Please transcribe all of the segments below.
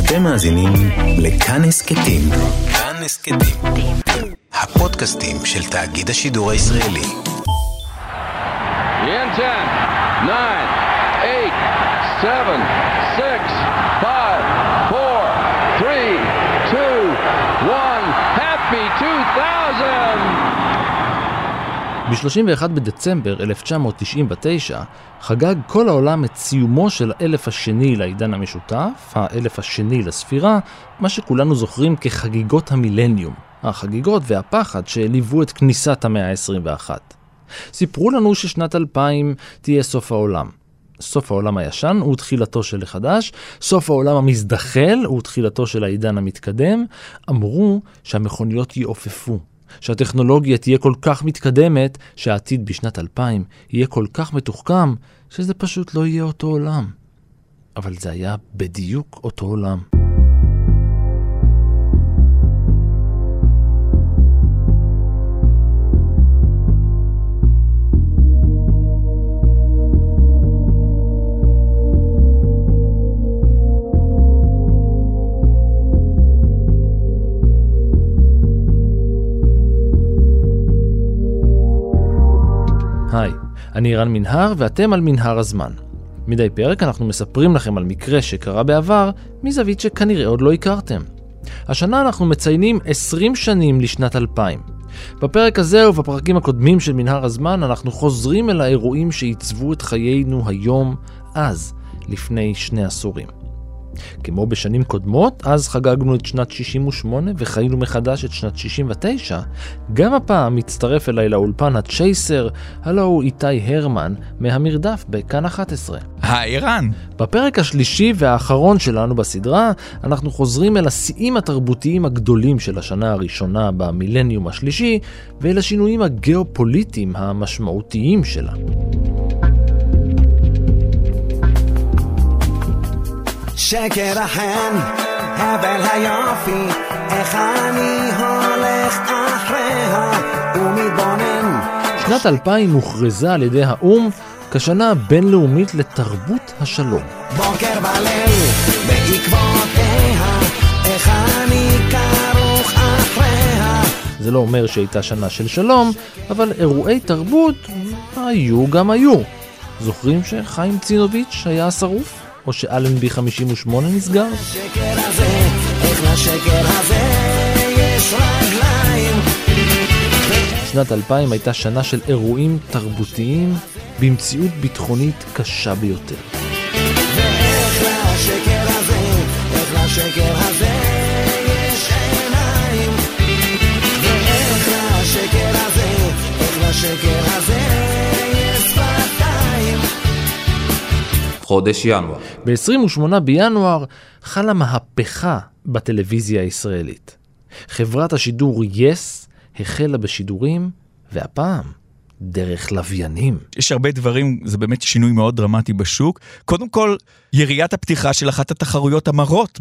אתם מאזינים לכאן הסכתים. כאן הסכתים. הפודקאסטים של תאגיד השידור הישראלי. In 10, 9, 8, 7, 6, 5, 4, 3, 2, 1. Happy 2000! ב-31 בדצמבר 1999 חגג כל העולם את סיומו של האלף השני לעידן המשותף, האלף השני לספירה, מה שכולנו זוכרים כחגיגות המילניום, החגיגות והפחד שליוו את כניסת המאה ה-21. סיפרו לנו ששנת 2000 תהיה סוף העולם. סוף העולם הישן הוא תחילתו של החדש, סוף העולם המזדחל הוא תחילתו של העידן המתקדם. אמרו שהמכוניות יעופפו, שהטכנולוגיה תהיה כל כך מתקדמת, שהעתיד בשנת 2000 יהיה כל כך מתוחכם, שזה פשוט לא יהיה אותו עולם. אבל זה היה בדיוק אותו עולם. היי, אני אירן מנהר ואתם על מנהר הזמן. מדי פרק אנחנו מספרים לכם על מקרה שקרה בעבר מזווית שכנראה עוד לא הכרתם. השנה אנחנו מציינים 20 שנים לשנת 2000. בפרק הזה ובפרקים הקודמים של מנהר הזמן אנחנו חוזרים אל האירועים שעיצבו את חיינו היום, אז, לפני 2 עשורים. כמו בשנים קודמות, אז חגגנו את שנת 68 וחיינו מחדש את שנת 69. גם הפעם מצטרף אליי לאולפן הצ'ייסר, הלו הוא איתי הרמן מהמרדף בכאן 11. היי אירן. בפרק השלישי והאחרון שלנו בסדרה, אנחנו חוזרים אל השיאים התרבותיים הגדולים של השנה הראשונה במילניום השלישי, ואל השינויים הגיאופוליטיים המשמעותיים שלה. שקר החן, הבל היופי, איך אני הולך אחריה ומתבונן. שנת 2000 הוכרזה על ידי האום כשנה הבינלאומית לתרבות השלום. בוקר בליל, בעקבותיה, איך אני כרוך אחריה. זה לא אומר שהייתה שנה של שלום, אבל אירועי תרבות היו גם היו. זוכרים שחיים צינוביץ' היה שרוף? או שאלנבי 58 נסגר? השקר הזה, איך לשקר הזה יש רגליים. שנת 2000 הייתה שנה של אירועים תרבותיים במציאות ביטחונית קשה ביותר. ואיך לשקר הזה, איך לשקר הזה יש עיניים. ואיך לשקר הזה, איך לשקר הזה יש שפתיים. חודש ינואר. ב-28 בינואר חלה מהפכה בטלוויזיה הישראלית. חברת השידור יס החלה בשידורים, והפעם דרך לוויינים. יש הרבה דברים, זה באמת שינוי מאוד דרמטי בשוק. קודם כל, יריית הפתיחה של אחת התחרויות המרות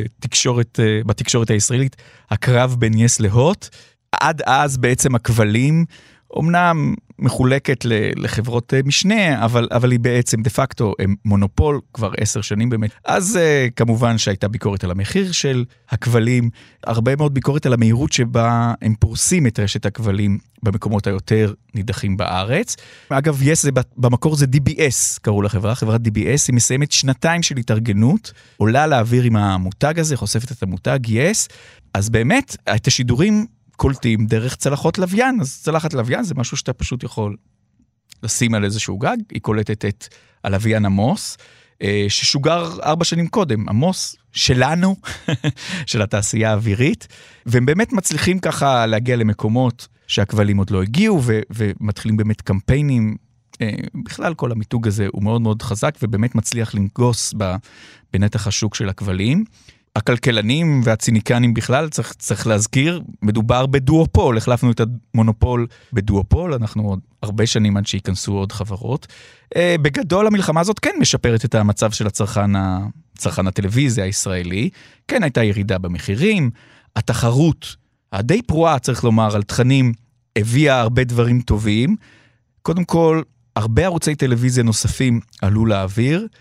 בתקשורת הישראלית, הקרב בין יס להוט. עד אז בעצם הכבלים, אומנם מחולקת לחברות משנה, אבל היא בעצם דה פקטו מונופול כבר 10 שנים באמת. אז כמובן שהייתה ביקורת על המחיר של הכבלים, הרבה מאוד ביקורת על המהירות שבה הם פורסים את רשת הכבלים במקומות היותר נידחים בארץ. אגב, יס במקור זה DBS, קראו לחברה, חברת DBS, היא מסיימת 2 של התארגנות, עולה לאוויר עם המותג הזה, חושפת את המותג יס, אז באמת, את השידורים קולטים דרך צלחות לוויין. אז צלחת לוויין זה משהו שאתה פשוט יכול לשים על איזשהו גג. היא קולטת את הלוויין עמוס, ששוגר 4 שנים קודם. עמוס שלנו, של התעשייה האווירית, והם באמת מצליחים ככה להגיע למקומות שהכבלים עוד לא הגיעו, ומתחילים באמת קמפיינים. בכלל כל המיתוג הזה הוא מאוד מאוד חזק, ובאמת מצליח לנגוס בנתח השוק של הכבלים. הכלכלנים והציניקנים בכלל, צריך להזכיר, מדובר בדואופול, החלפנו את המונופול בדואופול, אנחנו עוד הרבה שנים עד שיכנסו עוד חברות. בגדול המלחמה הזאת כן משפרת את המצב של צרכן הטלוויזיה הישראלי, כן הייתה ירידה במחירים, התחרות הדי פרועה, צריך לומר, על תכנים, הביאה הרבה דברים טובים. קודם כל, הרבה ערוצי טלוויזיה נוספים עלו לאוויר,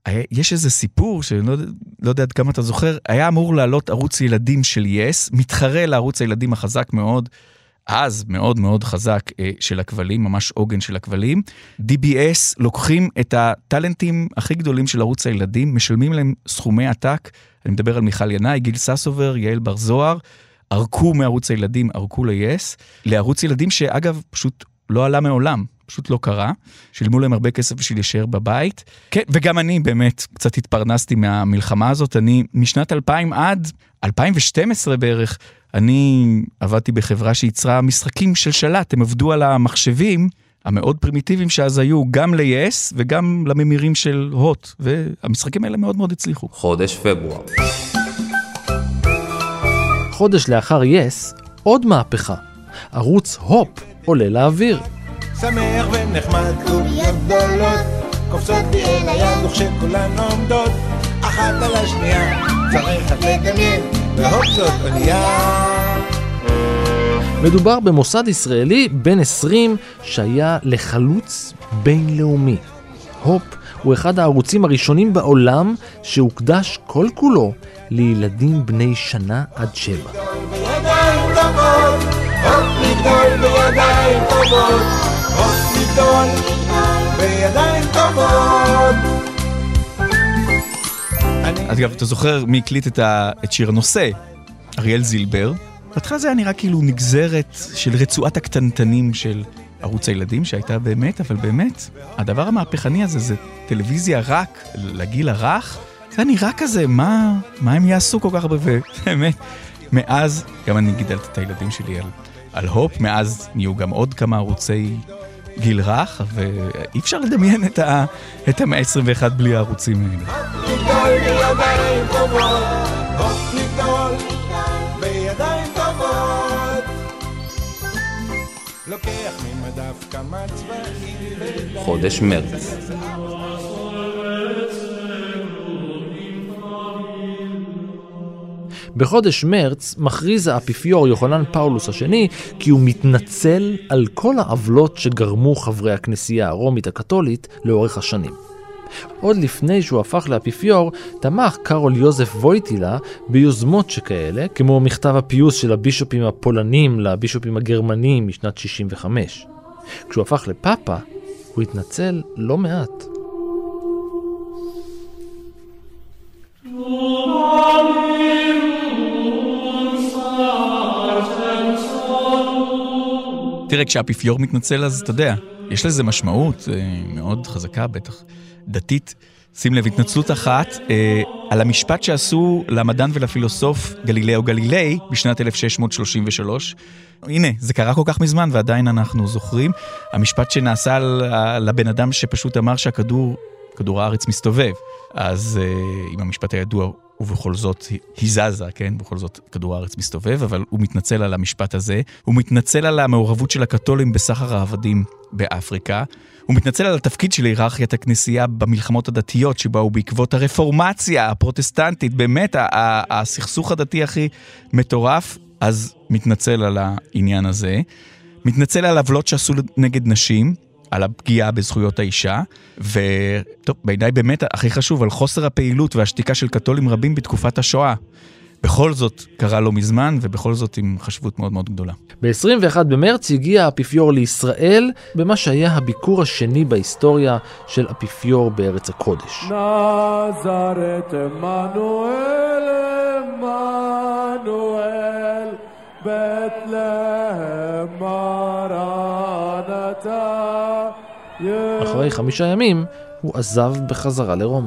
יש איזה סיפור, שלא יודע עד כמה אתה זוכר, היה אמור לעלות ערוץ ילדים של יס, מתחרה לערוץ הילדים החזק מאוד, אז מאוד מאוד חזק של הכבלים, ממש עוגן של הכבלים. DBS לוקחים את הטלנטים הכי גדולים של ערוץ הילדים, משלמים להם סכומי עתק, אני מדבר על מיכל ינאי, גיל ססובר, יעל בר זוהר, ערכו מערוץ הילדים, ערכו ליס, לערוץ ילדים שאגב פשוט לא עלה מעולם, פשוט לא קרה, שילמו להם הרבה כסף בשביל להישאר בבית, כן, וגם אני באמת קצת התפרנסתי מהמלחמה הזאת, אני משנת 2000 עד 2012 בערך, אני עבדתי בחברה שיצרה משחקים של שלט, הם עבדו על המחשבים המאוד פרימיטיביים שאז היו גם ל-YES וגם לממירים של הוט, והמשחקים האלה מאוד מאוד הצליחו. חודש פברואר. חודש לאחר YES, עוד מהפכה. ערוץ הופ עולה לאוויר. שמח ונחמד קוביות גדולות קופצות לי אל היד וכשכולן עומדות אחת על השנייה צריך לדמיין והופ זאת אונייה. מדובר במוסד ישראלי בן 20 שהיה לחלוץ בינלאומי. הופ הוא אחד הערוצים הראשונים בעולם שהוקדש כל כולו לילדים בני שנה עד 7. בידיים טובות, הופ לגדול בידיים טובות, הופ לגדול בידיים טובות. אגב, אתה זוכר מי הקליט את שיר הנושא? אריאל זילבר. בהתחלה זה היה נראה כאילו נגזרת של רצועת הקטנטנים של ערוץ הילדים שהייתה באמת, אבל באמת, הדבר המהפכני הזה זה טלוויזיה רק לגיל הרך. זה נראה כזה, מה הם יעשו כל כך הרבה, ובאמת, מאז, גם אני גידלתי את הילדים שלי על הופ, מאז נהיו גם עוד כמה ערוצי גיל רך, ואי אפשר לדמיין את המאה ה-21 בלי הערוצים האלה. הופ לגדול בידיים טובות, הופ לגדול בידיים טובות, לוקח ממדף כמה צבעים. חודש מרץ. בחודש מרץ מכריז האפיפיור יוחנן פאולוס השני כי הוא מתנצל על כל העוולות שגרמו חברי הכנסייה הרומית הקתולית לאורך השנים. עוד לפני שהוא הפך לאפיפיור, תמך קארול יוזף וויטילה ביוזמות שכאלה, כמו מכתב הפיוס של הבישופים הפולנים לבישופים הגרמנים משנת 65. כשהוא הפך לפאפה, הוא התנצל לא מעט. תראה, כשהאפיפיור מתנצל, אז אתה יודע, יש לזה משמעות מאוד חזקה, בטח דתית. שים לב, התנצלות אחת על המשפט שעשו למדען ולפילוסוף גלילאו גלילי בשנת 1633. הנה, זה קרה כל כך מזמן ועדיין אנחנו זוכרים. המשפט שנעשה לבן אדם שפשוט אמר כדור הארץ מסתובב. אז עם המשפט הידוע, ובכל זאת היא זזה, כן? בכל זאת כדור הארץ מסתובב, אבל הוא מתנצל על המשפט הזה. הוא מתנצל על המעורבות של הקתולים בסחר העבדים באפריקה. הוא מתנצל על התפקיד של היררכיית הכנסייה במלחמות הדתיות שבאו בעקבות הרפורמציה הפרוטסטנטית. באמת, הסכסוך הדתי הכי מטורף, אז מתנצל על העניין הזה. מתנצל על עוולות שעשו נגד נשים, על הפגיעה בזכויות האישה, וטוב, בעיניי באמת הכי חשוב, על חוסר הפעילות והשתיקה של קתולים רבים בתקופת השואה. בכל זאת קרה לא מזמן, ובכל זאת עם חשיבות מאוד מאוד גדולה. ב-21 במרץ הגיע האפיפיור לישראל, במה שהיה הביקור השני בהיסטוריה של אפיפיור בארץ הקודש. נזרת אמנואל, אמנואל, בית-להם מרנתה. אחרי 5 ימים הוא עזב בחזרה לרומא.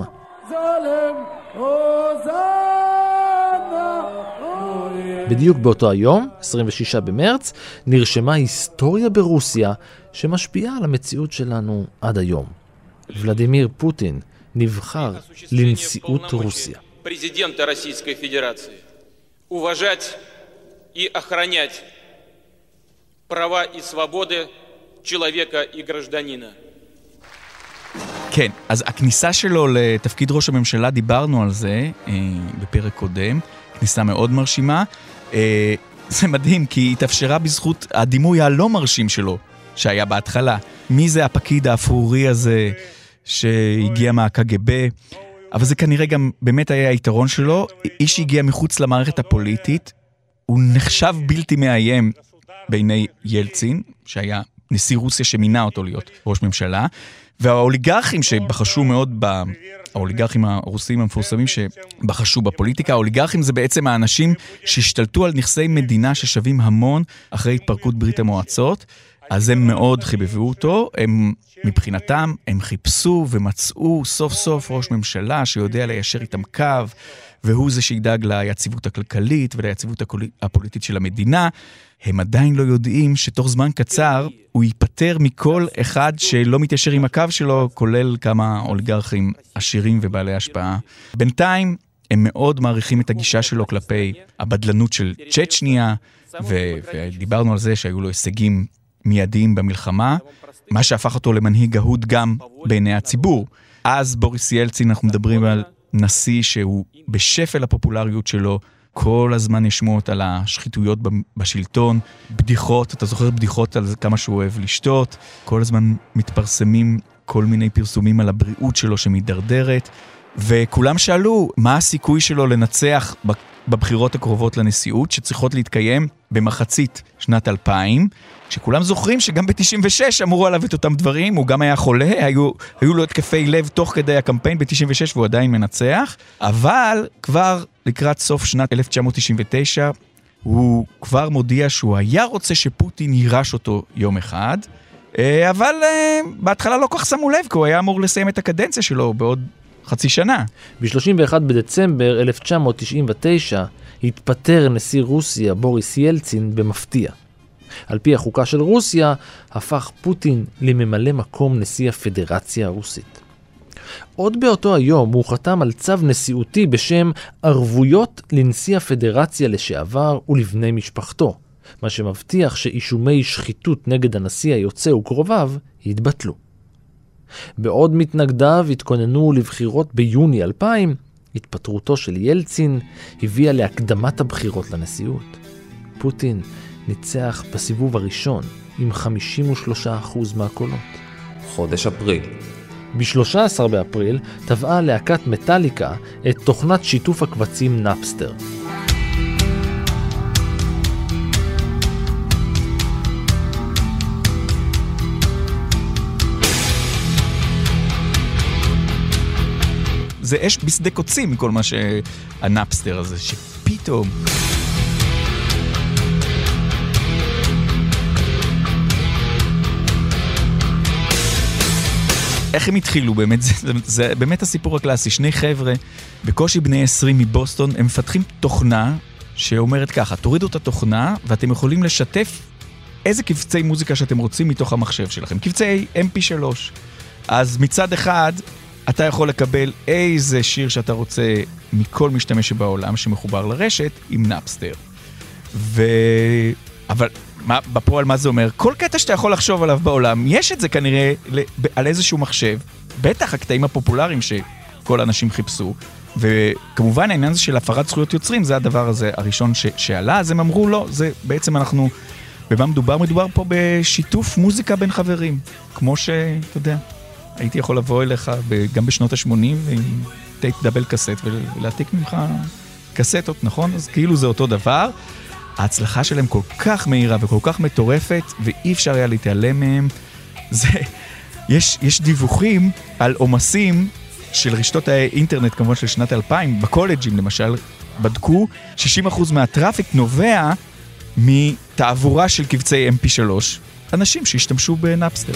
בדיוק באותו היום, 26 במרץ, נרשמה היסטוריה ברוסיה שמשפיעה על המציאות שלנו עד היום. ולדימיר פוטין נבחר לנשיאות רוסיה. президента Российской Федерации уважать и охранять права и свободы человека и гражданина. כן, אז הכניסה שלו לתפקיד ראש הממשלה, דיברנו על זה בפרק קודם, כניסה מאוד מרשימה. זה מדהים, כי היא התאפשרה בזכות הדימוי הלא מרשים שלו, שהיה בהתחלה. מי זה הפקיד האפרורי הזה שהגיע מהקג"ב? אבל זה כנראה גם באמת היה היתרון שלו. איש שהגיע מחוץ למערכת הפוליטית, הוא נחשב בלתי מאיים בעיני ילצין, שהיה נשיא רוסיה שמינה אותו להיות ראש ממשלה, והאוליגרכים שבחשו מאוד, האוליגרכים הרוסים המפורסמים שבחשו בפוליטיקה, האוליגרכים זה בעצם האנשים שהשתלטו על נכסי מדינה ששווים המון אחרי התפרקות ברית המועצות, אז הם מאוד חיבבו אותו, הם מבחינתם, הם חיפשו ומצאו סוף סוף ראש ממשלה שיודע ליישר איתם קו, והוא זה שידאג ליציבות הכלכלית וליציבות הפוליטית של המדינה. הם עדיין לא יודעים שתוך זמן קצר הוא ייפטר מכל אחד שלא מתיישר עם הקו שלו, כולל כמה אוליגרכים עשירים ובעלי השפעה. בינתיים הם מאוד מעריכים את הגישה שלו כלפי הבדלנות של צ'צ'ניה, ודיברנו על זה שהיו לו הישגים מיידיים במלחמה, מה שהפך אותו למנהיג אהוד גם בעיני הציבור. אז בוריס ילצין, אנחנו מדברים על נשיא שהוא בשפל הפופולריות שלו, כל הזמן יש שמועות על השחיתויות בשלטון, בדיחות, אתה זוכר בדיחות על כמה שהוא אוהב לשתות, כל הזמן מתפרסמים כל מיני פרסומים על הבריאות שלו שמתדרדרת, וכולם שאלו מה הסיכוי שלו לנצח בבחירות הקרובות לנשיאות, שצריכות להתקיים במחצית שנת 2000, שכולם זוכרים שגם ב-96 אמרו עליו את אותם דברים, הוא גם היה חולה, היו לו התקפי לב תוך כדי הקמפיין ב-96 והוא עדיין מנצח, אבל כבר לקראת סוף שנת 1999, הוא כבר מודיע שהוא היה רוצה שפוטין יירש אותו יום אחד, אבל בהתחלה לא כל כך שמו לב, כי הוא היה אמור לסיים את הקדנציה שלו בעוד חצי שנה. ב-31 בדצמבר 1999 התפטר נשיא רוסיה בוריס ילצין במפתיע. על פי החוקה של רוסיה, הפך פוטין לממלא מקום נשיא הפדרציה הרוסית. עוד באותו היום הוא חתם על צו נשיאותי בשם ערבויות לנשיא הפדרציה לשעבר ולבני משפחתו, מה שמבטיח שאישומי שחיתות נגד הנשיא היוצא וקרוביו יתבטלו. בעוד מתנגדיו התכוננו לבחירות ביוני 2000, התפטרותו של ילצין הביאה להקדמת הבחירות לנשיאות. פוטין ניצח בסיבוב הראשון עם 53% מהקולות. חודש אפריל. ב-13 באפריל טבעה להקת מטליקה את תוכנת שיתוף הקבצים נאפסטר. זה אש בשדה קוצים מכל מה שהנאפסטר הזה, שפתאום איך הם התחילו באמת? זה באמת הסיפור הקלאסי. שני חבר'ה, בקושי בני 20 מבוסטון, הם מפתחים תוכנה שאומרת ככה, תורידו את התוכנה ואתם יכולים לשתף איזה קבצי מוזיקה שאתם רוצים מתוך המחשב שלכם. קבצי MP3. אז מצד אחד, אתה יכול לקבל איזה שיר שאתה רוצה מכל משתמש בעולם שמחובר לרשת עם נאפסטר. אבל בפועל מה זה אומר? כל קטע שאתה יכול לחשוב עליו בעולם, יש את זה כנראה על איזשהו מחשב, בטח הקטעים הפופולריים שכל האנשים חיפשו, וכמובן העניין הזה של הפרת זכויות יוצרים, זה הדבר הזה הראשון שעלה, אז הם אמרו לא, זה בעצם אנחנו, במה מדובר? מדובר פה בשיתוף מוזיקה בין חברים, כמו שאתה יודע, הייתי יכול לבוא אליך גם בשנות ה-80 ועם טייפ דאבל קסט ולהעתיק ממך קסטות, נכון? אז כאילו זה אותו דבר. ההצלחה שלהם כל כך מהירה וכל כך מטורפת, ואי אפשר היה להתעלם מהם. יש דיווחים על עומסים של רשתות האינטרנט, כמובן של שנת 2000, בקולג'ים למשל, בדקו 60% מהטראפיק נובע מתעבורה של קבצי MP3, אנשים שהשתמשו בנאפסטר.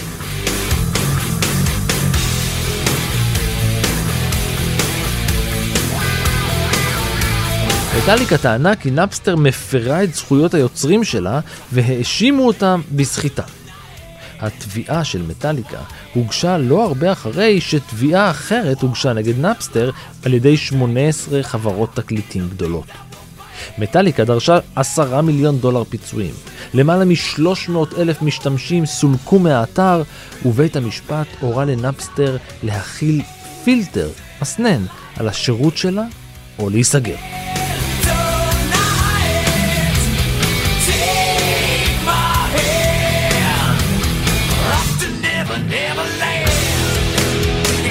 מטליקה טענה כי נאפסטר מפרה את זכויות היוצרים שלה והאשימו אותם בסחיטה. התביעה של מטליקה הוגשה לא הרבה אחרי שתביעה אחרת הוגשה נגד נאפסטר על ידי 18 חברות תקליטים גדולות. מטליקה דרשה $10 מיליון פיצויים. למעלה מ-300,000 משתמשים סולקו מהאתר, ובית המשפט הורה לנאפסטר להכיל פילטר, מסנן, על השירות שלה או להיסגר.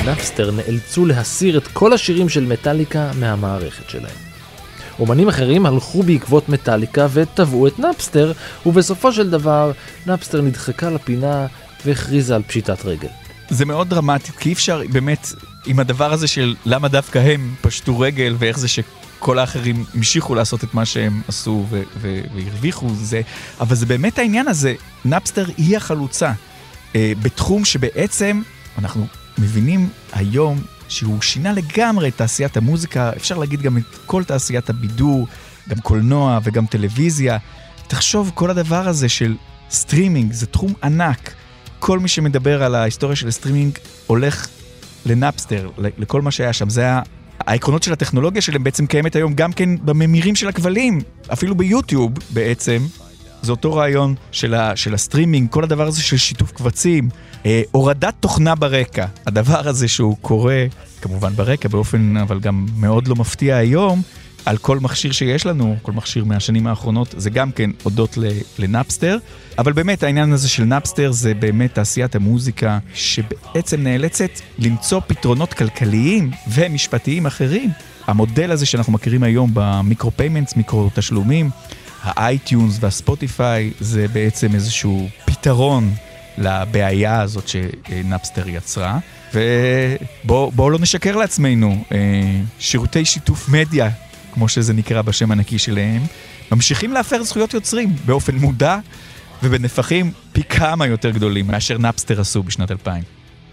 נאפסטר נאלצו להסיר את כל השירים של מטאליקה מהמערכת שלהם. אומנים אחרים הלכו בעקבות מטאליקה וטבעו את נאפסטר, ובסופו של דבר נאפסטר נדחקה לפינה והכריזה על פשיטת רגל. זה מאוד דרמטי, כי אי אפשר באמת עם הדבר הזה של למה דווקא הם פשטו רגל, ואיך זה שכל האחרים המשיכו לעשות את מה שהם עשו והרוויחו זה, אבל זה באמת העניין הזה, נאפסטר היא החלוצה, בתחום שבעצם אנחנו מבינים היום שהוא שינה לגמרי את תעשיית המוזיקה, אפשר להגיד גם את כל תעשיית הבידור, גם קולנוע וגם טלוויזיה. תחשוב, כל הדבר הזה של סטרימינג, זה תחום ענק. כל מי שמדבר על ההיסטוריה של הסטרימינג הולך לנאפסטר, לכל מה שהיה שם. זה העקרונות של הטכנולוגיה שלהם בעצם קיימת היום גם כן בממירים של הכבלים, אפילו ביוטיוב בעצם. זה אותו רעיון של הסטרימינג, כל הדבר הזה של שיתוף קבצים, הורדת תוכנה ברקע, הדבר הזה שהוא קורה כמובן ברקע באופן אבל גם מאוד לא מפתיע היום, על כל מכשיר שיש לנו, כל מכשיר מהשנים האחרונות, זה גם כן הודות לנאפסטר, אבל באמת העניין הזה של נאפסטר זה באמת תעשיית המוזיקה שבעצם נאלצת למצוא פתרונות כלכליים ומשפטיים אחרים. המודל הזה שאנחנו מכירים היום במיקרו פיימנטס, מיקרו תשלומים, האייטיונס והספוטיפיי, זה בעצם איזשהו פתרון לבעיה הזאת שנאפסטר יצרה. ובואו לא נשקר לעצמנו, שירותי שיתוף מדיה, כמו שזה נקרא בשם הנקי שלהם, ממשיכים להפר זכויות יוצרים באופן מודע ובנפחים פי כמה יותר גדולים מאשר נאפסטר עשו בשנת 2000.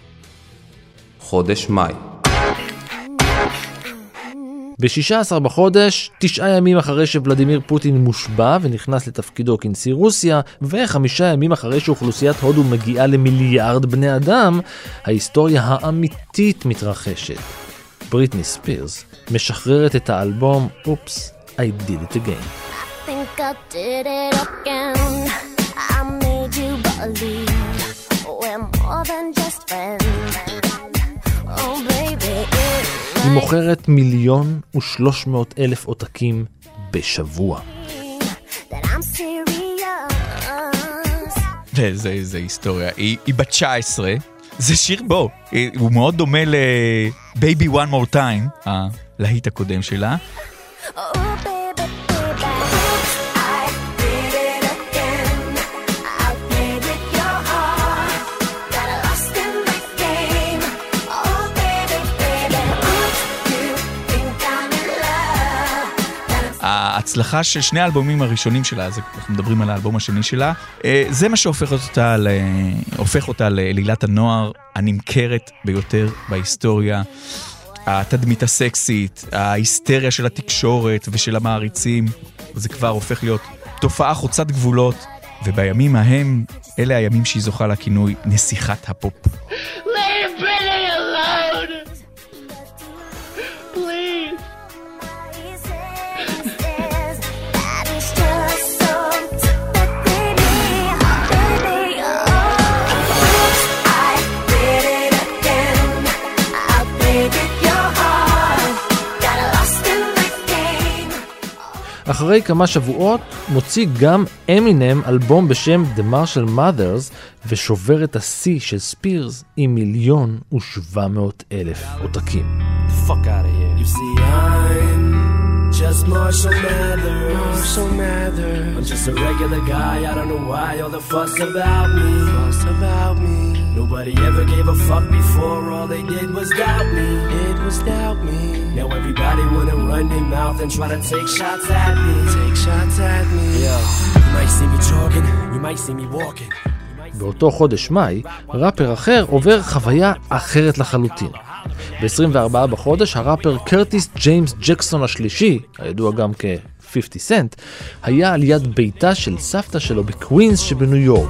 חודש מאי. ב-16 בחודש, 9 ימים אחרי שוולדימיר פוטין מושבע ונכנס לתפקידו כנשיא רוסיה, ו5 ימים אחרי שאוכלוסיית הודו מגיעה למיליארד בני אדם, ההיסטוריה האמיתית מתרחשת. בריטני ספירס משחררת את האלבום Oops, I Did It Again. I think I did it again. I made you believe we're more than just friends. Oh baby, היא מוכרת 1,300,000 עותקים בשבוע. זה היסטוריה. היא בת 19. זה שיר בו. הוא מאוד דומה ל-Baby One More Time, הלהיט הקודם שלה. ההצלחה של שני האלבומים הראשונים שלה, אז אנחנו מדברים על האלבום השני שלה, זה מה שהופך אותה ללילת הנוער הנמכרת ביותר בהיסטוריה. התדמית הסקסית, ההיסטריה של התקשורת ושל המעריצים, זה כבר הופך להיות תופעה חוצת גבולות, ובימים ההם, אלה הימים שהיא זוכה לכינוי נסיכת הפופ. Leave Britney alone! Please! אחרי כמה שבועות מוציא גם אמינם אלבום בשם The Marshall Mothers ושובר את השיא של ספירס עם 1,700,000 עותקים. Fuck out of here. You see, I'm just Marshall Mathers. Marshall Mathers. I'm just a regular guy. I don't know why all the fuss about me. Fuss about me. Nobody ever gave a fuck before. All they did was doubt me. It was doubt me. Now everybody wanna run their mouth and try to take shots at me. Take shots at me. Yo, you might see me talking. You might see me walking. באותו חודש מאי, ראפר אחר עובר חוויה אחרת לחלוטין. ב-24 בחודש, הראפר קרטיס ג'יימס ג'קסון השלישי, הידוע גם כ-50 סנט, היה על יד ביתה של סבתא שלו בקווינס שבניו יורק.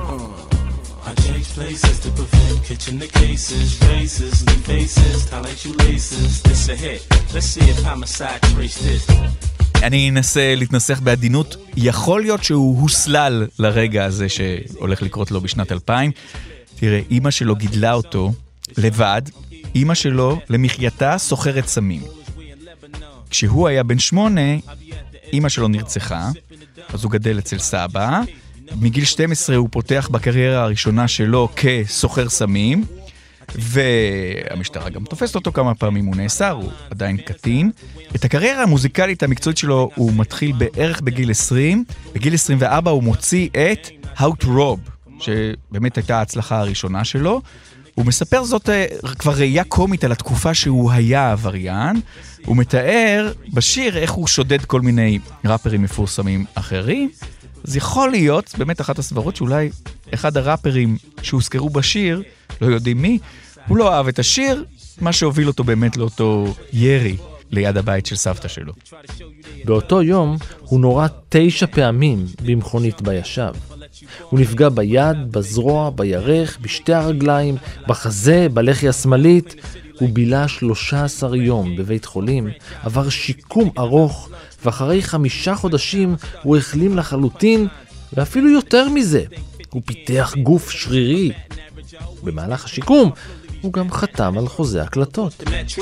אני אנסה להתנסח בעדינות, יכול להיות שהוא הוסלל לרגע הזה שהולך לקרות לו בשנת 2000. תראה, אמא שלו גידלה אותו לבד, אמא שלו למחייתה סוחרת סמים. כשהוא היה בן 8, אמא שלו נרצחה, אז הוא גדל אצל סבא. מגיל 12 הוא פותח בקריירה הראשונה שלו כסוחר סמים, והמשטרה גם תופסת אותו כמה פעמים, הוא נאסר, הוא עדיין קטין. את הקריירה המוזיקלית המקצועית שלו הוא מתחיל בערך בגיל 20, בגיל 24 הוא מוציא את How to Rob, שבאמת הייתה ההצלחה הראשונה שלו. הוא מספר זאת כבר ראייה קומית על התקופה שהוא היה עבריין, הוא מתאר בשיר איך הוא שודד כל מיני ראפרים מפורסמים אחרים, אז יכול להיות באמת אחת הסברות שאולי אחד הראפרים שהוזכרו בשיר, לא יודעים מי, הוא לא אהב את השיר, מה שהוביל אותו באמת לאותו ירי ליד הבית של סבתא שלו. באותו יום הוא נורא 9 פעמים במכונית בישב. הוא נפגע ביד, בזרוע, בירך, בשתי הרגליים, בחזה, בלחי השמאלית. הוא בילה 13 יום בבית חולים, עבר שיקום ארוך, ואחרי 5 חודשים הוא החלים לחלוטין, ואפילו יותר מזה. הוא פיתח גוף שרירי. במהלך השיקום הוא גם חתם על חוזה הקלטות.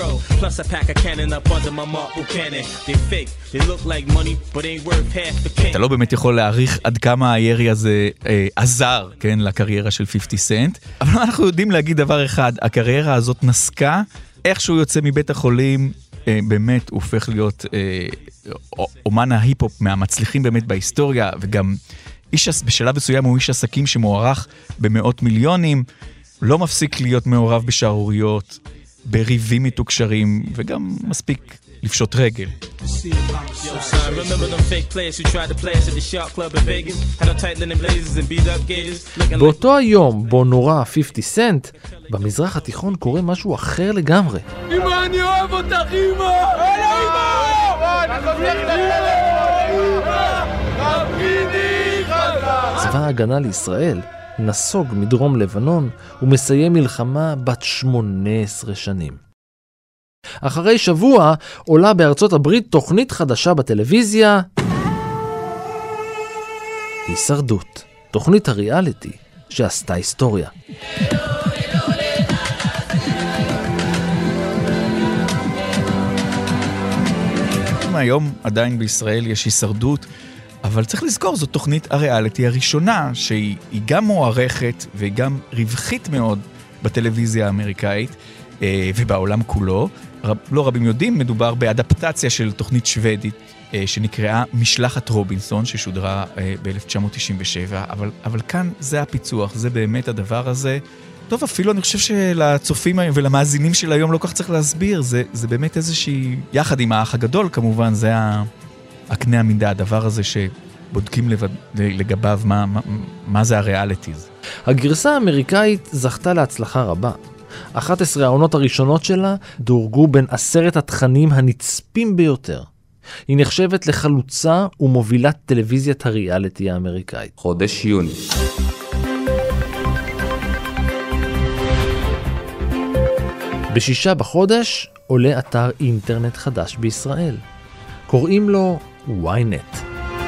אתה לא באמת יכול להעריך עד כמה הירי הזה עזר, כן, לקריירה של 50 סנט, אבל אנחנו יודעים להגיד דבר אחד, הקריירה הזאת נסקה, איך שהוא יוצא מבית החולים, באמת הוא הופך להיות אומן ההיפ-הופ מהמצליחים באמת בהיסטוריה, וגם בשלב מסוים הוא איש עסקים שמוערך במאות מיליונים, לא מפסיק להיות מעורב בשערוריות, בריבים מתוקשרים, וגם מספיק לפשוט רגל. באותו היום בו נורא 50 סנט, במזרח התיכון קורה משהו אחר לגמרי. אמא, אני אוהב אותך, אמא! צבא ההגנה לישראל נסוג מדרום לבנון ומסיים מלחמה בת 18 שנים. אחרי שבוע עולה בארצות הברית תוכנית חדשה בטלוויזיה, הישרדות, תוכנית הריאליטי שעשתה היסטוריה. היום עדיין בישראל יש הישרדות, אבל צריך לזכור, זו תוכנית הריאליטי הראשונה, שהיא גם מוערכת והיא גם רווחית מאוד בטלוויזיה האמריקאית ובעולם כולו. לא רבים יודעים, מדובר באדפטציה של תוכנית שוודית שנקראה משלחת רובינסון, ששודרה ב-1997, אבל כאן זה הפיצוח, זה באמת הדבר הזה. טוב, אפילו אני חושב שלצופים ולמאזינים של היום לא כך צריך להסביר, זה באמת איזושהי, יחד עם האח הגדול כמובן, זה הקנה המידה, הדבר הזה שבודקים לגביו מה זה הריאליטיז. הגרסה האמריקאית זכתה להצלחה רבה. 11 העונות הראשונות שלה דורגו בין 10 התכנים הנצפים ביותר. היא נחשבת לחלוצה ומובילת טלוויזיית הריאליטי האמריקאית. חודש יוני. ב6 בחודש עולה אתר אינטרנט חדש בישראל. קוראים לו ynet.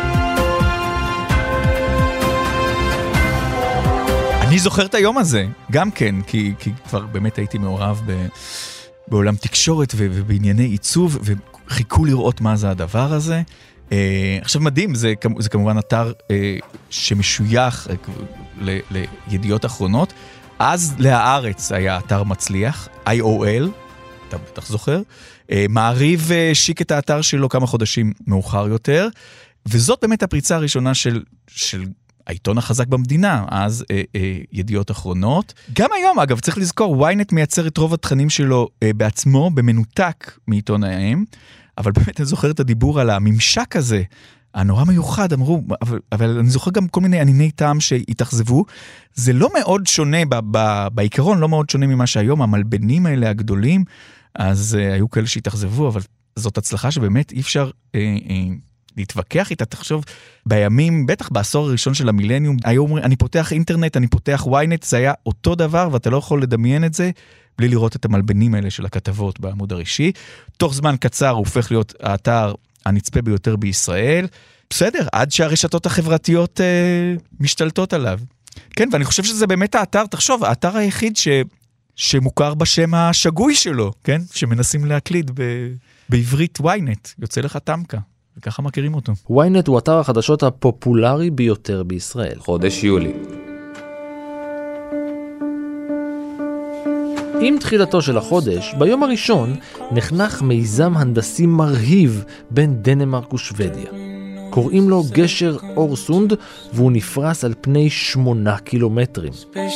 אני זוכר את היום הזה, גם כן, כי כבר באמת הייתי מעורב בעולם תקשורת ובענייני עיצוב, וחיכו לראות מה זה הדבר הזה. עכשיו מדהים, זה כמובן אתר שמשוייך לידיעות אחרונות. אז להארץ היה אתר מצליח, IOL, אתה בטח זוכר. מעריב שיק את האתר שלו כמה חודשים מאוחר יותר, וזאת באמת הפריצה הראשונה של העיתון החזק במדינה, אז ידיעות אחרונות. גם היום, אגב, צריך לזכור, ynet מייצר את רוב התכנים שלו בעצמו, במנותק מעיתון האם, אבל באמת אני זוכר את הדיבור על הממשק הזה, הנורא מיוחד, אמרו, אבל אני זוכר גם כל מיני ענייני טעם שהתאכזבו, זה לא מאוד שונה, בעיקרון לא מאוד שונה ממה שהיום, המלבנים האלה הגדולים, אז היו כאלה שהתאכזבו, אבל זאת הצלחה שבאמת אי אפשר להתווכח איתה. תחשוב, בימים, בטח בעשור הראשון של המילניום, היו אומרים, אני פותח אינטרנט, אני פותח ynet, זה היה אותו דבר, ואתה לא יכול לדמיין את זה, בלי לראות את המלבנים האלה של הכתבות בעמוד הראשי. תוך זמן קצר הוא הופך להיות האתר הנצפה ביותר בישראל. בסדר, עד שהרשתות החברתיות משתלטות עליו. כן, ואני חושב שזה באמת האתר, תחשוב, האתר היחיד שמוכר בשם השגוי שלו, כן? שמנסים להקליד בעברית ynet, יוצא לך תמקה, וככה מכירים אותו. ynet הוא אתר החדשות הפופולרי ביותר בישראל. חודש יולי. עם תחילתו של החודש, ביום הראשון, נחנך מיזם הנדסי מרהיב בין דנמרק ושוודיה. קוראים לו גשר אורסונד, והוא נפרס על פני 8 קילומטרים.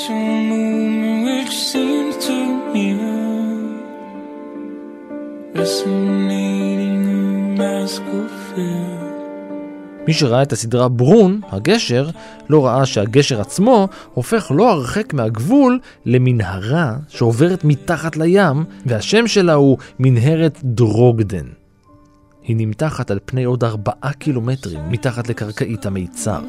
מי שראה את הסדרה ברון, הגשר, לא ראה שהגשר עצמו הופך לא הרחק מהגבול למנהרה שעוברת מתחת לים, והשם שלה הוא מנהרת דרוגדן. היא נמתחת על פני עוד 4 קילומטרים מתחת לקרקעית המיצר.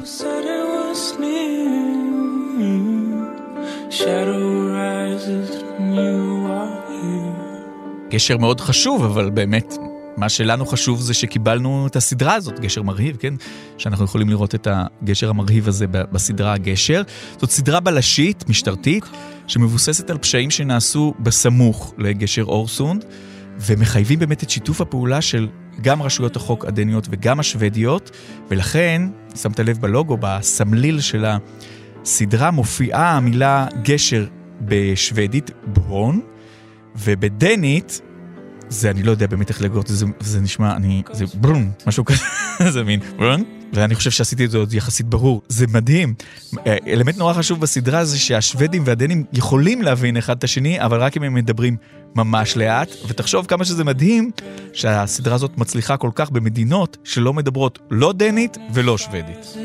גשר מאוד חשוב, אבל באמת מה שלנו חשוב זה שקיבלנו את הסדרה הזאת, גשר מרהיב, כן? שאנחנו יכולים לראות את הגשר המרהיב הזה בסדרה הגשר. זאת סדרה בלשית, משטרתית, שמבוססת על פשעים שנעשו בסמוך לגשר אורסונד, ומחייבים באמת את שיתוף הפעולה של גם רשויות החוק הדניות וגם השוודיות, ולכן, שמת לב בלוגו, בסמליל של הסדרה מופיעה המילה גשר בשוודית, ברון, ובדנית, זה אני לא יודע באמת איך לגות, זה נשמע, זה ברון, משהו כזה, זה מין ברון, ואני חושב שעשיתי את זה עוד יחסית ברור, זה מדהים. אלמנט נורא חשוב בסדרה זה שהשוודים והדנים יכולים להבין אחד את השני, אבל רק אם הם מדברים ממש לאט, ותחשוב כמה שזה מדהים שהסדרה הזאת מצליחה כל כך במדינות שלא מדברות לא דנית ולא שוודית.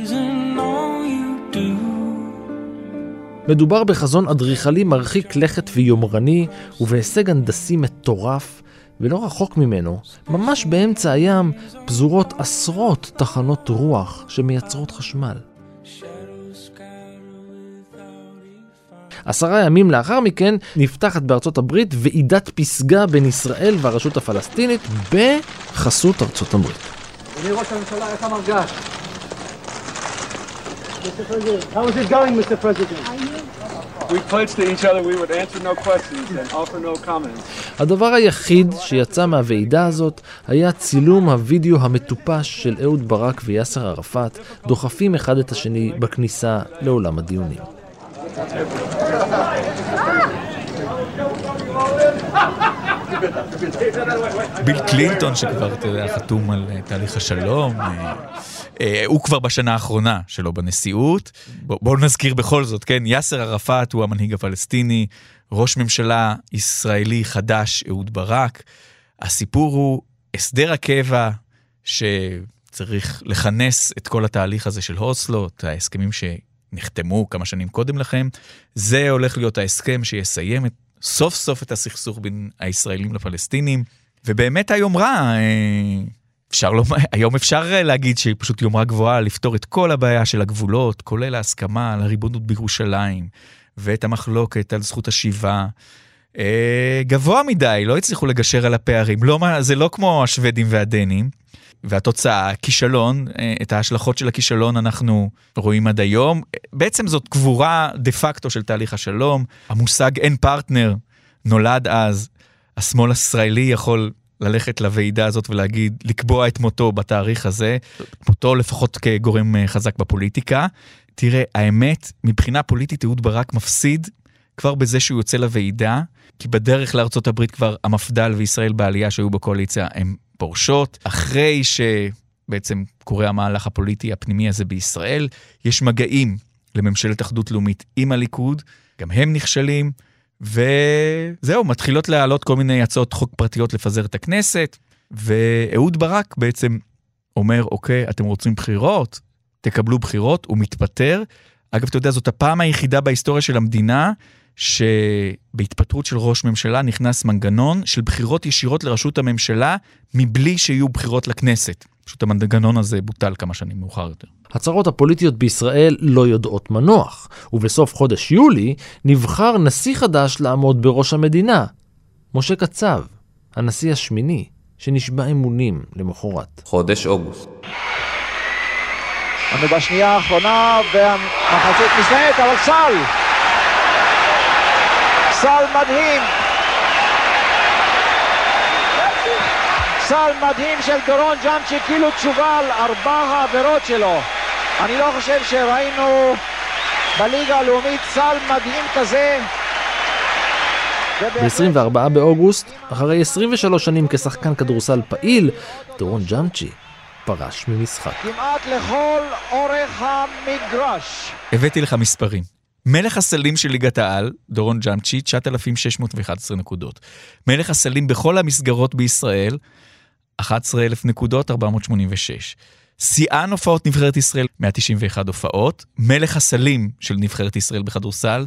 מדובר בחזון אדריכלי מרחיק לכת ויומרני, ובהישג הנדסי מטורף, ולא רחוק ממנו, ממש באמצע הים, פזורות עשרות תחנות רוח שמייצרות חשמל. 10 ימים לאחר מכן נפתחת בארצות הברית ועידת פסגה בין ישראל והרשות הפלסטינית בחסות ארצות הברית. אדוני ראש הממשלה, איך המרגש? How is it going, Mr. President? We pledged to each other we would answer no questions and offer no comments. הדבר היחיד שיצא מהוועידה הזאת היה צילום הווידאו המטופש של אהוד ברק ויאסר ערפאת דוחפים אחד את השני בכניסה לעולם הדיונים. ביל קלינטון שכבר חתום על תהליך השלום, הוא כבר בשנה האחרונה שלו בנשיאות. בואו נזכיר בכל זאת, כן? יאסר ערפאת הוא המנהיג הפלסטיני, ראש ממשלה ישראלי חדש אהוד ברק. הסיפור הוא הסדר הקבע שצריך לכנס את כל התהליך הזה של אוסלו, את ההסכמים שנחתמו כמה שנים קודם לכם. זה הולך להיות ההסכם שיסיים סוף סוף את הסכסוך בין הישראלים לפלסטינים, ובאמת היומרה, היום אפשר להגיד שהיא פשוט יומרה גבוהה לפתור את כל הבעיה של הגבולות, כולל ההסכמה על הריבונות בירושלים, ואת המחלוקת על זכות השיבה. גבוה מדי, לא הצליחו לגשר על הפערים, זה לא כמו השוודים והדנים, והתוצאה, כישלון, את ההשלכות של הכישלון אנחנו רואים עד היום. בעצם זאת קבורה דה פקטו של תהליך השלום. המושג אין פרטנר נולד אז. השמאל הישראלי יכול ללכת לוועידה הזאת ולהגיד, לקבוע את מותו בתאריך הזה, מותו לפחות כגורם חזק בפוליטיקה. תראה, האמת, מבחינה פוליטית אהוד ברק מפסיד כבר בזה שהוא יוצא לוועידה, כי בדרך לארצות הברית כבר המפד"ל וישראל בעלייה שהיו בקואליציה הם פורשות. אחרי שבעצם קורה המהלך הפוליטי הפנימי הזה בישראל, יש מגעים לממשלת אחדות לאומית עם הליכוד, גם הם נכשלים, וזהו, מתחילות להעלות כל מיני הצעות חוק פרטיות לפזר את הכנסת, ואהוד ברק בעצם אומר, אוקיי, אתם רוצים בחירות? תקבלו בחירות, הוא מתפטר. אגב, אתה יודע, זאת הפעם היחידה בהיסטוריה של המדינה, שבהתפטרות של ראש ממשלה נכנס מנגנון של בחירות ישירות לראשות הממשלה, מבלי שיהיו בחירות לכנסת. פשוט המנגנון הזה בוטל כמה שנים מאוחר יותר. הצרות הפוליטיות בישראל לא יודעות מנוח, ובסוף חודש יולי נבחר נשיא חדש לעמוד בראש המדינה, משה קצב, הנשיא השמיני, שנשבע אמונים למחרת. חודש אוגוסט. אנחנו בשנייה האחרונה והמחצית מסתיימת, אבל סל מדהים. סל מדהים של דורון ג'אנצ'י, כאילו תשובה על 4 העבירות שלו. אני לא חושב שראינו בליגה הלאומית סל מדהים כזה. ב-24 באוגוסט, אחרי 23 שנים כשחקן כדורסל פעיל, דורון ג'אמצ'י פרש ממשחק. כמעט לכל אורך המגרש. הבאתי לך מספרים. מלך הסלים של ליגת העל, דורון ג'אמצ'י, 9,611 נקודות. מלך הסלים בכל המסגרות בישראל, 11,000 נקודות, 486. שיאן הופעות נבחרת ישראל, 191 הופעות. מלך הסלים של נבחרת ישראל בכדורסל,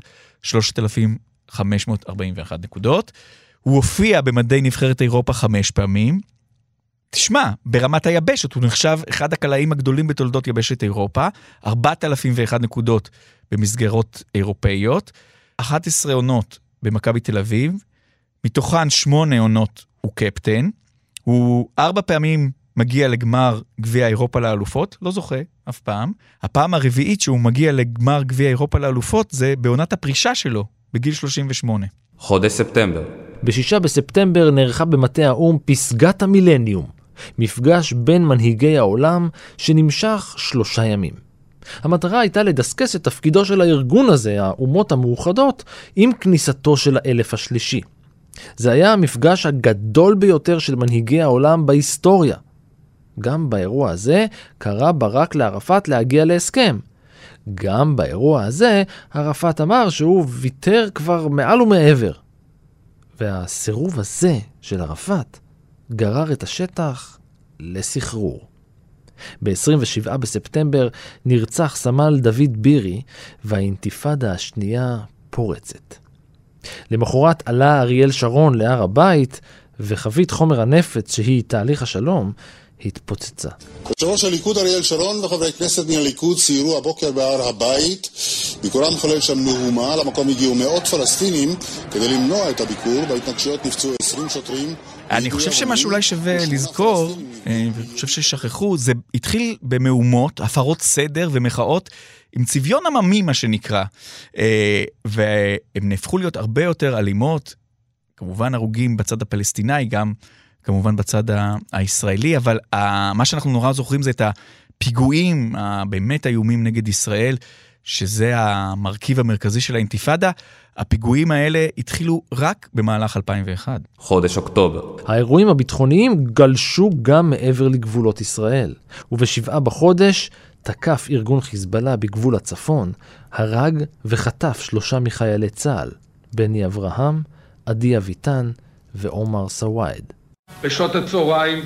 3,541 נקודות. הוא הופיע במדי נבחרת אירופה 5 פעמים. תשמע, ברמת היבשת הוא נחשב אחד הקלעים הגדולים בתולדות יבשת אירופה, 4,001 נקודות במסגרות אירופאיות, 11 עונות במכבי תל אביב, מתוכן 8 עונות הוא קפטן, הוא 4 פעמים מגיע לגמר גביע אירופה לאלופות, לא זוכה אף פעם. הפעם הרביעית שהוא מגיע לגמר גביע אירופה לאלופות זה בעונת הפרישה שלו, בגיל 38. חודש ספטמבר. ב6 בספטמבר נערכה במטה האום פסגת המילניום, מפגש בין מנהיגי העולם שנמשך 3 ימים. המטרה הייתה לדסקס את תפקידו של הארגון הזה, האומות המאוחדות, עם כניסתו של האלף השלישי. זה היה המפגש הגדול ביותר של מנהיגי העולם בהיסטוריה. גם באירוע הזה קרא ברק לערפאת להגיע להסכם. גם באירוע הזה ערפאת אמר שהוא ויתר כבר מעל ומעבר. והסירוב הזה של ערפאת גרר את השטח לסחרור. ב-27 בספטמבר נרצח סמל דוד בירי והאינתיפאדה השנייה פורצת. למחרת עלה אריאל שרון להר הבית וחבית חומר הנפץ שהיא תהליך השלום התפוצצה. ראש הליכוד אריאל שרון וחברי כנסת מן הליכוד סיירו הבוקר בהר הבית. ביקורם חולל שם מהומה, למקום הגיעו מאות פלסטינים כדי למנוע את הביקור. בהתנגשויות נפצעו 20 שוטרים. אני חושב שמה שאולי שווה לזכור, ואני חושב ששכחו, זה התחיל במהומות, הפרות סדר ומחאות עם צביון עממי מה שנקרא, והם נהפכו להיות הרבה יותר אלימות, כמובן הרוגים בצד הפלסטיני, גם כמובן בצד הישראלי, אבל מה שאנחנו נורא זוכרים זה את הפיגועים הבאמת איומים נגד ישראל, שזה המרכיב המרכזי של האינתיפאדה. הפיגועים האלה התחילו רק במהלך 2001. חודש אוקטובר. האירועים הביטחוניים גלשו גם מעבר לגבולות ישראל, וב7 בחודש תקף ארגון חיזבאללה בגבול הצפון, הרג וחטף 3 מחיילי צה"ל, בני אברהם, עדי אביטן ועומר סוואד. בשעות הצהריים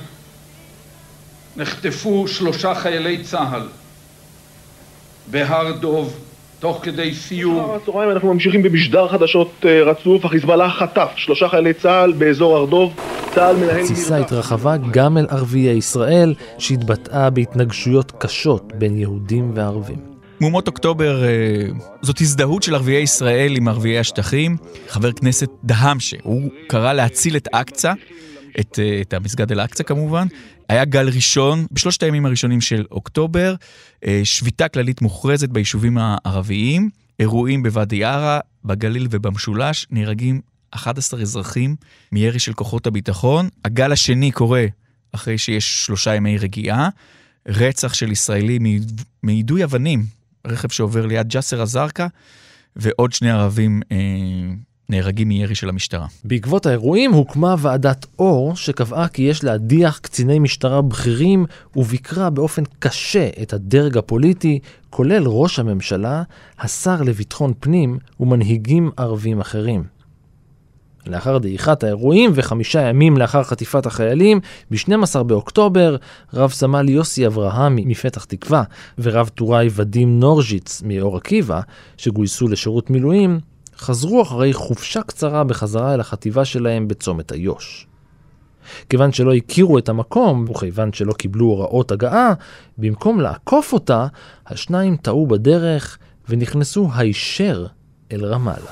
נחטפו 3 חיילי צה"ל בהר דוב, תוך כדי סיור. אחר הצהריים אנחנו ממשיכים במשדר חדשות רצוף. החיזבאללה חטף 3 חיילי צה"ל באזור הר דוב. צה"ל מנהל התסיסה התרחבה גם אל ערביי ישראל, שהתבטאה בהתנגשויות קשות בין יהודים וערבים. מהומות אוקטובר זאת הזדהות של ערביי ישראל עם ערביי השטחים. חבר כנסת דהמשה, הוא קרא להציל את אקצה, את המסגד אל אקצה כמובן. היה גל ראשון, ב3 הימים הראשונים של אוקטובר, שביתה כללית מוכרזת ביישובים הערביים, אירועים בוואדי ערה, בגליל ובמשולש, נהרגים 11 אזרחים מירי של כוחות הביטחון. הגל השני קורה אחרי שיש 3 ימי רגיעה, רצח של ישראלי מיידוי אבנים, רכב שעובר ליד ג'סר א-זרקא, ועוד 2 ערבים נהרגים מירי של המשטרה. בעקבות האירועים הוקמה ועדת אור שקבעה כי יש להדיח קציני משטרה בכירים וביקרה באופן קשה את הדרג הפוליטי, כולל ראש הממשלה, השר לביטחון פנים ומנהיגים ערבים אחרים. לאחר דעיכת האירועים ו5 ימים לאחר חטיפת החיילים, ב-12 באוקטובר, רב סמל יוסי אברהם מפתח תקווה ורב טוראי ודים נורג'יץ מאור עקיבא, שגויסו לשירות מילואים, חזרו אחרי חופשה קצרה בחזרה אל החטיבה שלהם בצומת איו"ש. כיוון שלא הכירו את המקום, וכיוון שלא קיבלו הוראות הגעה, במקום לעקוף אותה, השניים טעו בדרך ונכנסו הישר אל רמאללה.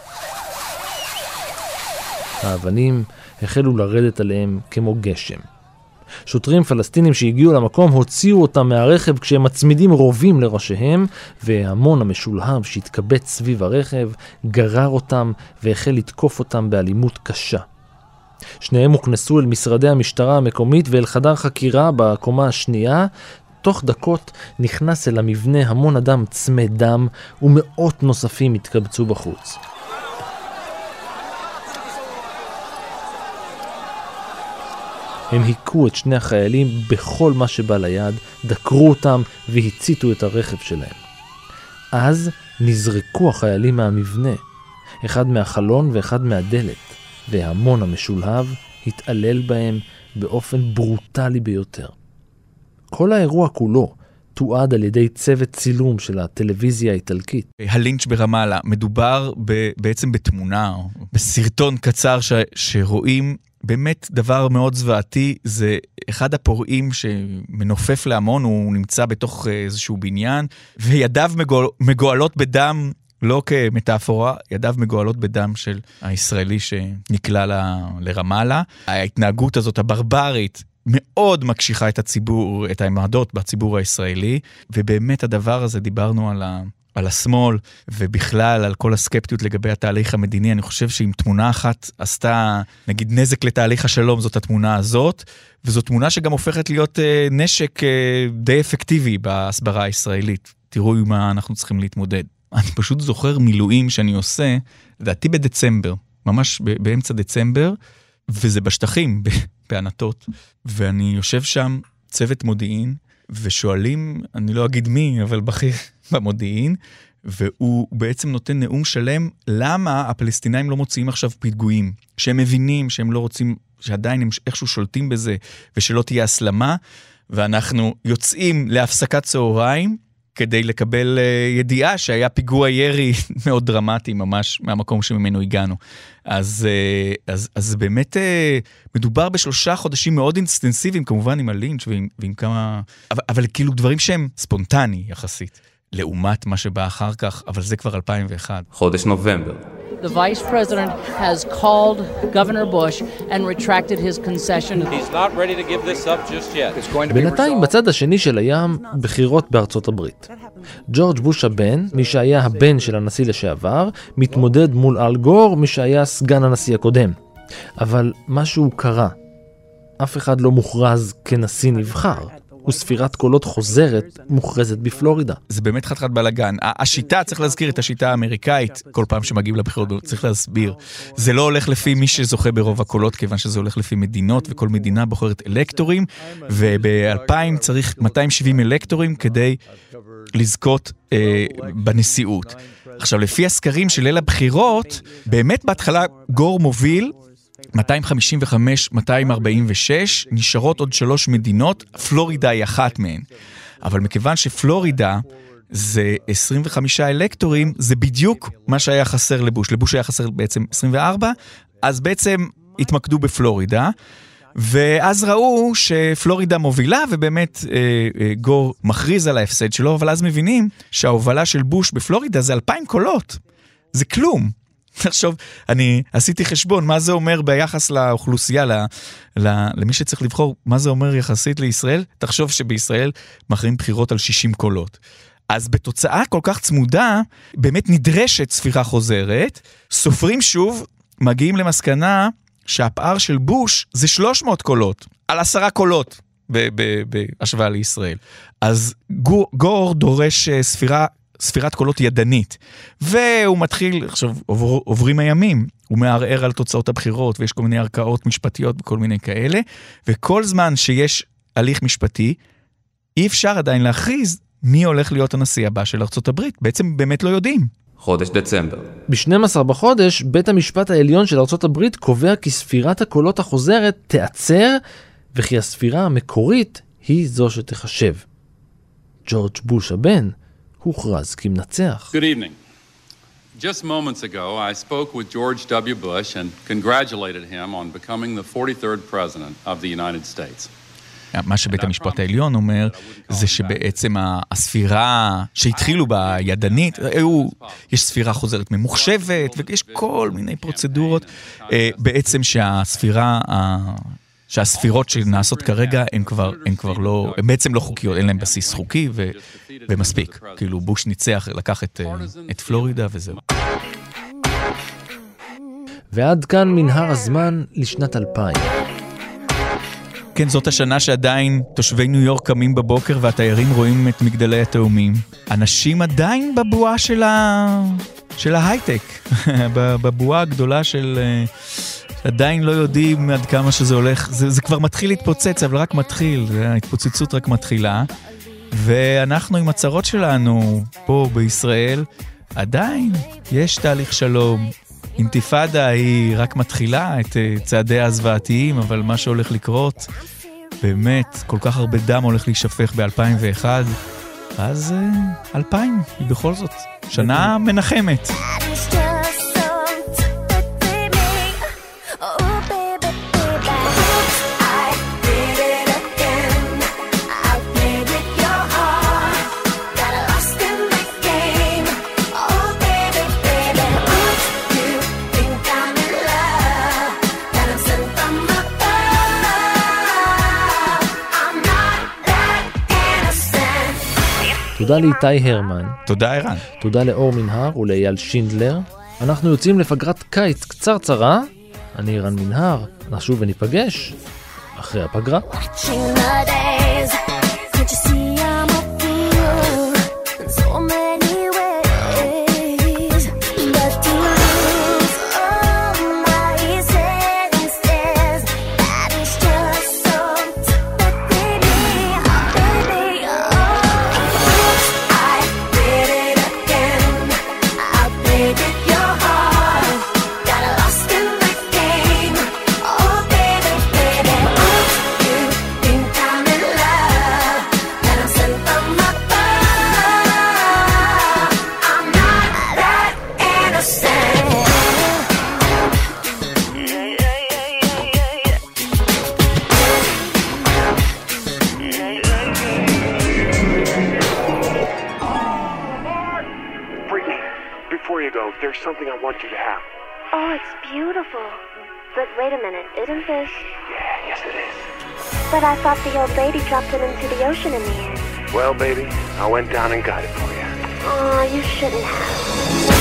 האבנים החלו לרדת עליהם כמו גשם. שוטרים פלסטינים שהגיעו למקום הוציאו אותם מהרכב כשהם מצמידים רובים לראשיהם, והמון המשולהב שהתקבץ סביב הרכב גרר אותם והחל לתקוף אותם באלימות קשה. שניהם הוכנסו אל משרדי המשטרה המקומית ואל חדר חקירה בקומה השנייה. תוך דקות נכנס אל המבנה המון אדם צמא דם ומאות נוספים התקבצו בחוץ. הם היכו את שני החיילים בכל מה שבא ליד, דקרו אותם והציתו את הרכב שלהם. אז נזרקו החיילים מהמבנה, אחד מהחלון ואחד מהדלת, והמון המשולהב התעלל בהם באופן ברוטלי ביותר. כל האירוע כולו תועד על ידי צוות צילום של הטלוויזיה האיטלקית. הלינץ' ברמאללה, מדובר בעצם בתמונה, בסרטון קצר שרואים באמת דבר מאוד זוועתי, זה אחד הפורעים שמנופף להמון, הוא נמצא בתוך איזשהו בניין, וידיו מגועלות בדם, לא כמטאפורה, ידיו מגועלות בדם של הישראלי שנקלע לרמאללה. ההתנהגות הזאת הברברית מאוד מקשיחה את הציבור, את העמדות בציבור הישראלי, ובאמת הדבר הזה דיברנו על השמאל, ובכלל על כל הסקפטיות לגבי התהליך המדיני. אני חושב שאם תמונה אחת עשתה, נגיד, נזק לתהליך השלום, זאת התמונה הזאת, וזו תמונה שגם הופכת להיות נשק די אפקטיבי בהסברה הישראלית. תראו עם מה אנחנו צריכים להתמודד. אני פשוט זוכר מילואים שאני עושה, לדעתי בדצמבר, ממש באמצע דצמבר, וזה בשטחים, בענתות, ואני יושב שם, צוות מודיעין, ושואלים, אני לא אגיד מי, אבל בכיר במודיעין, והוא בעצם נותן נאום שלם, למה הפלסטינאים לא מוציאים עכשיו פיגועים, שהם מבינים שהם לא רוצים, שעדיין הם איכשהו שולטים בזה, ושלא תהיה הסלמה, ואנחנו יוצאים להפסקת צהריים, כדי לקבל ידיעה שהיה פיגוע ירי מאוד דרמטי ממש מהמקום שממנו הגענו. אז באמת מדובר ב3 חודשים מאוד אינסטנסיביים, כמובן עם הלינץ' ועם כמה, אבל כאילו דברים שהם ספונטני יחסית, לעומת מה שבא אחר כך, אבל זה כבר 2001. חודש נובמבר. The vice president has called Governor Bush and retracted his concession. He's not ready to give this up just yet. בינתיים בצד השני של הים, בחירות בארצות הברית. ג'ורג' בוש הבן, מי שהיה הבן של הנשיא לשעבר, מתמודד מול אל גור, מי שהיה סגן הנשיא הקודם. אבל משהו קרה. אף אחד לא מוכרז כנשיא נבחר. וספירת קולות חוזרת מוכרזת בפלורידה. זה באמת חתיכת בלגן. השיטה, צריך להזכיר את השיטה האמריקאית, כל פעם שמגיעים לבחירות, צריך להסביר. זה לא הולך לפי מי שזוכה ברוב הקולות, כיוון שזה הולך לפי מדינות, וכל מדינה בוחרת אלקטורים, וב-2000 צריך 270 אלקטורים כדי לזכות בנשיאות. עכשיו, לפי הסקרים של ליל הבחירות, באמת בהתחלה גור מוביל, 255, 246, נשארות עוד 3 מדינות, פלורידה היא אחת מהן. אבל מכיוון שפלורידה זה 25 אלקטורים, זה בדיוק מה שהיה חסר לבוש. לבוש היה חסר בעצם 24, אז בעצם התמקדו בפלורידה, ואז ראו שפלורידה מובילה, ובאמת גור מכריז על ההפסד שלו, אבל אז מבינים שההובלה של בוש בפלורידה זה 2,000 קולות. זה כלום. עכשיו, אני עשיתי חשבון, מה זה אומר ביחס לאוכלוסייה, למי שצריך לבחור, מה זה אומר יחסית לישראל? תחשוב שבישראל מכריעים בחירות על 60 קולות. אז בתוצאה כל כך צמודה, באמת נדרשת ספירה חוזרת, סופרים שוב, מגיעים למסקנה שהפער של בוש זה 300 קולות, על 10 קולות בהשוואה לישראל. אז גור דורש ספירת קולות ידנית, והוא מתחיל, עכשיו עוברים הימים, הוא מערער על תוצאות הבחירות, ויש כל מיני ערכאות משפטיות וכל מיני כאלה, וכל זמן שיש הליך משפטי, אי אפשר עדיין להכריז מי הולך להיות הנשיא הבא של ארצות הברית. בעצם באמת לא יודעים. חודש דצמבר. ב-12 בחודש, בית המשפט העליון של ארצות הברית קובע כי ספירת הקולות החוזרת תיעצר, וכי הספירה המקורית היא זו שתחשב. ג'ורג' בוש הבן הוכרז כמנצח. Good evening. Just moments ago, I spoke with George W. Bush and congratulated him on becoming the 43rd president of the United States. מה שבית המשפט העליון אומר, זה שבעצם הספירה שהתחילו בידנית, יש ספירה חוזרת ממוחשבת, ויש כל מיני פרוצדורות, בעצם שהספירות שנעשות כרגע, הן כבר לא, הן בעצם לא חוקיות, אין להן בסיס חוקי, ומספיק. כאילו בוש ניצח, לקח את פלורידה וזהו. ועד כאן מנהר הזמן לשנת 2000. כן, זאת השנה שעדיין תושבי ניו יורק קמים בבוקר והתיירים רואים את מגדלי התאומים. אנשים עדיין בבועה של ההייטק, בבועה הגדולה של עדיין לא יודעים עד כמה שזה הולך, זה כבר מתחיל להתפוצץ, אבל רק מתחיל, ההתפוצצות רק מתחילה, ואנחנו עם הצרות שלנו פה בישראל, עדיין יש תהליך שלום, אינתיפאדה היא רק מתחילה את צעדי הזוועתיים, אבל מה שהולך לקרות, באמת, כל כך הרבה דם הולך להישפך ב-2001, אז 2000 היא בכל זאת שנה מנחמת. תודה לאיתי הרמן. תודה ערן. תודה לאור מנהר ולאייל שינדלר. אנחנו יוצאים לפגרת קיץ קצרצרה. אני ערן מנהר. נשוב וניפגש אחרי הפגרה. Something I want you to have. Oh, it's beautiful. But wait a minute, isn't this? Yeah, yes it is. But I thought the old lady dropped it into the ocean in the end. Well, baby, I went down and got it for you. Oh, you shouldn't have.